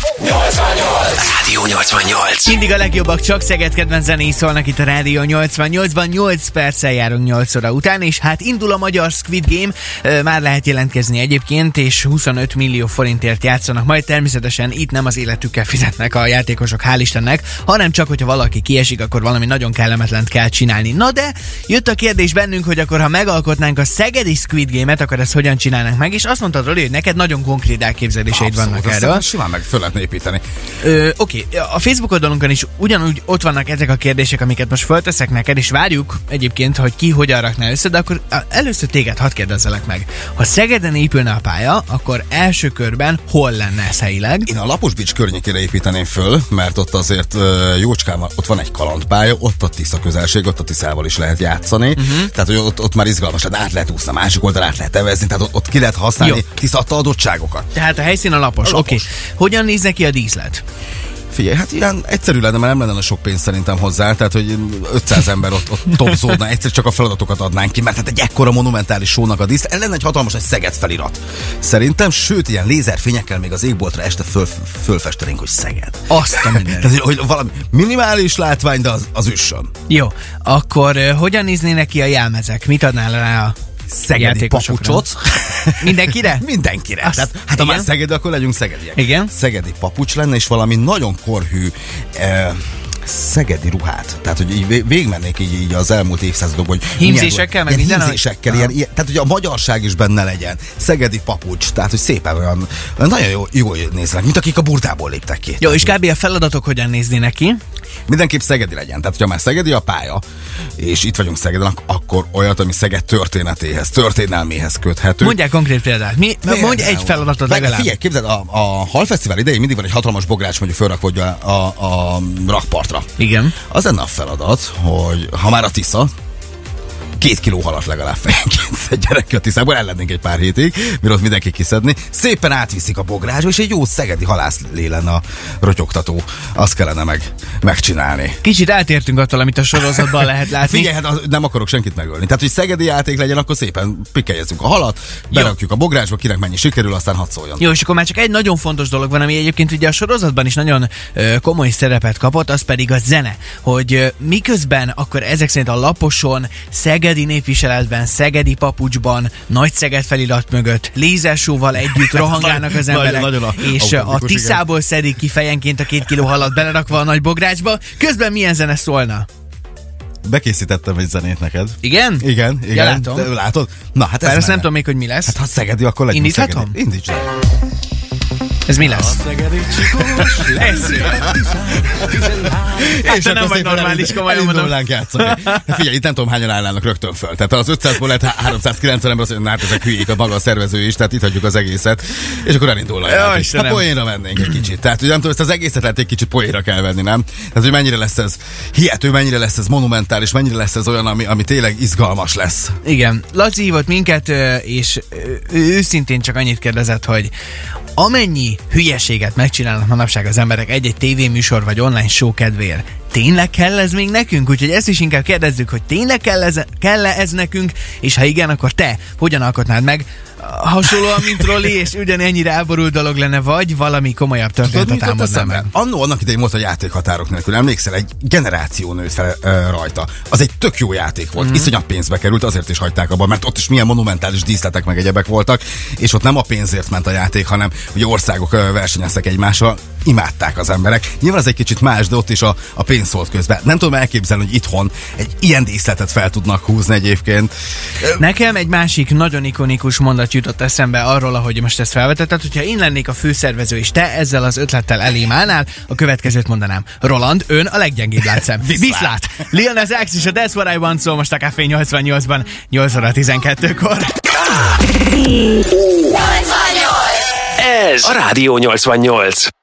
Rádió 88. Mindig a legjobbak csak Szeged kedvenc zenéi szólnak itt a Rádió 88-ban. 8 perccel járunk 8 óra után, és hát indul a magyar Squid Game. Már lehet jelentkezni egyébként, és 25 millió forintért játszanak. Majd természetesen itt nem az életükkel fizetnek a játékosok, hál' Istennek, hanem csak, hogyha valaki kiesik, akkor valami nagyon kellemetlent kell csinálni. Na de jött a kérdés bennünk, hogy akkor ha megalkotnánk a szegedi Squid Game-et, akkor ezt hogyan csinálnánk meg, és azt mondtad, Roli, hogy neked nagyon konkrét elképzeléseid vannak erről. Simán meg föl lehetne építeni. Oké. A Facebook oldalunkon is ugyanúgy ott vannak ezek a kérdések, amiket most fölteszek neked, és várjuk egyébként, hogy ki hogyan rakná össze, de akkor először téged hadd kérdezzelek meg. Ha Szegeden épülne a pálya, akkor első körben hol lenne ez helyileg? Én a Laposbics környékére építeném föl, mert ott azért jócskán ott van egy kalandpálya, ott a Tisza közelség, ott a Tiszával is lehet játszani, tehát hogy ott már izgalmas, tehát át lehet úszni, a másik oldalra át lehet evezni, tehát ott ki lehet használni Tisza adta adottságokat. Tehát a helyszín a Lapos. Oké. Hogyan néz neki a díszlet? Figyelj, hát ilyen egyszerű lenne, mert nem lenne sok pénz szerintem hozzá, tehát hogy 500 ember ott topzódna, egyszer csak a feladatokat adnánk ki, mert hát egy ekkora monumentális show-nak a díszlet, lenne egy hatalmas egy Szeged felirat. Szerintem, sőt, ilyen lézerfényekkel még az égboltra este fölfestenénk, hogy Szeged. Azt a minden. Tehát, hogy valami minimális látvány, de az üssön. Jó, akkor hogyan néznének ki a jelmezek? Mit adnál rá a szegedi papucsot? Mindenkire? Mindenkire. Tehát, hát ha már Szeged, akkor legyünk szegediek. Igen. Szegedi papucs lenne, és valami nagyon korhű szegedi ruhát. Tehát, hogy így végigmennék így az elmúlt évszázadokban, hogy hímzésekkel, meg minden. Hímzésekkel, ilyen, tehát, hogy a magyarság is benne legyen. Szegedi papucs, tehát, hogy szépen olyan nagyon jól néznek, mint akik a burdából léptek ki. Jó, és kb. A feladatok hogyan néznének ki? Mindenképp szegedi legyen. Tehát, hogyha már szegedi a pálya, és itt vagyunk Szegeden, akkor olyat, ami Szeged történetéhez, történelméhez köthető. Mondják konkrét példát. Mondj egy feladatot legalább. Figyelj, képzeld, a Halfesztivál idején mindig van egy hatalmas bogrács, mondjuk fölrakva a rakpartra. Igen. Az lenne a feladat, hogy ha már a Tisza, 2 kiló halat legalább fejenként szedjenek ki a Tiszából, ellennénk egy pár hétig, mire ott mindenki kiszedni. Szépen átviszik a bográsba, és egy jó szegedi halászlé lenne a rotyogtató. Azt kellene megcsinálni. Kicsit eltértünk attól, amit a sorozatban lehet látni. Figyelj, hát nem akarok senkit megölni. Tehát, hogy szegedi játék legyen, akkor szépen pikkeljezzük a halat, berakjuk a bográsba, kinek mennyi sikerül, aztán hadd szóljon. Jó, és akkor már csak egy nagyon fontos dolog van, ami egyébként ugye a sorozatban is nagyon komoly szerepet kapott, az pedig a zene. Hogy miközben akkor ezek szerint a Laposon, szegedi népviseletben, szegedi papucsban, nagy Szeged felirat mögött, lézersóval együtt rohangálnak az emberek, és a Tiszából szedik ki fejenként a 2 kiló halat belerakva a nagy bográcsba. Közben milyen zene szólna? Bekészítettem egy zenét neked. Igen? Igen. Ja, látom. Látod? Na, hát ezt nem tudom még, hogy mi lesz. Hát ha szegedi, akkor legyünk indíthatom? Szegedi. Indítsd el. Ez mi lesz? Hát nem vagy normális, komolyan mondom. Figyelj, itt nem tudom, hányan állnának rögtön föl. Tehát az 500-ból lehet 390 ember, azt mondja, hát ezek hülyék, a maga a szervező is, tehát itt hagyjuk az egészet, és akkor elindul a játék. Hát poénra vennénk egy kicsit. Tehát, hogy nem tudom, ezt az egészet lehet egy kicsit poénra kell venni, nem? Tehát, hogy mennyire lesz ez hihető, mennyire lesz ez monumentális, mennyire lesz ez olyan, ami tényleg izgalmas lesz. Igen. Laci hívott minket, és őszintén csak annyit kérdezett, hogy amennyi hülyeséget megcsinálnak manapság az emberek egy-egy tévéműsor vagy online show kedvéért, tényleg kell ez még nekünk? Úgyhogy ezt is inkább kérdezzük, hogy tényleg kell-e ez nekünk, és ha igen, akkor te hogyan alkotnád meg? Hasonlóan, mint Roli, és ugyanennyire elborult dolog lenne, vagy valami komolyabb történetet támadnám meg. Annó annak idején volt a játékhatárok nélkül, emlékszel, egy generáció nőtt fel rajta. Az egy tök jó játék volt, iszonyat pénzbe került, azért is hagyták abba, mert ott is milyen monumentális díszletek meg egyebek voltak, és ott nem a pénzért ment a játék, hanem országok versenyeztek egymással, imádták az emberek. Nyilván ez egy kicsit más, de ott is a pénz szólt közben. Nem tudom elképzelni, hogy itthon egy ilyen díszletet fel tudnak húzni egyébként. Nekem egy másik nagyon ikonikus mondat jutott eszembe arról, ahogy most ezt felvetetted, hogyha én lennék a főszervező, és te ezzel az ötlettel elém állnál, a következőt mondanám. Roland, ön a leggyengébb látszem. Viszlát! Lil Nas X és a That's What I Want szól most a Café 88-ban 8 óra 12-kor. Ez a Rádió 88.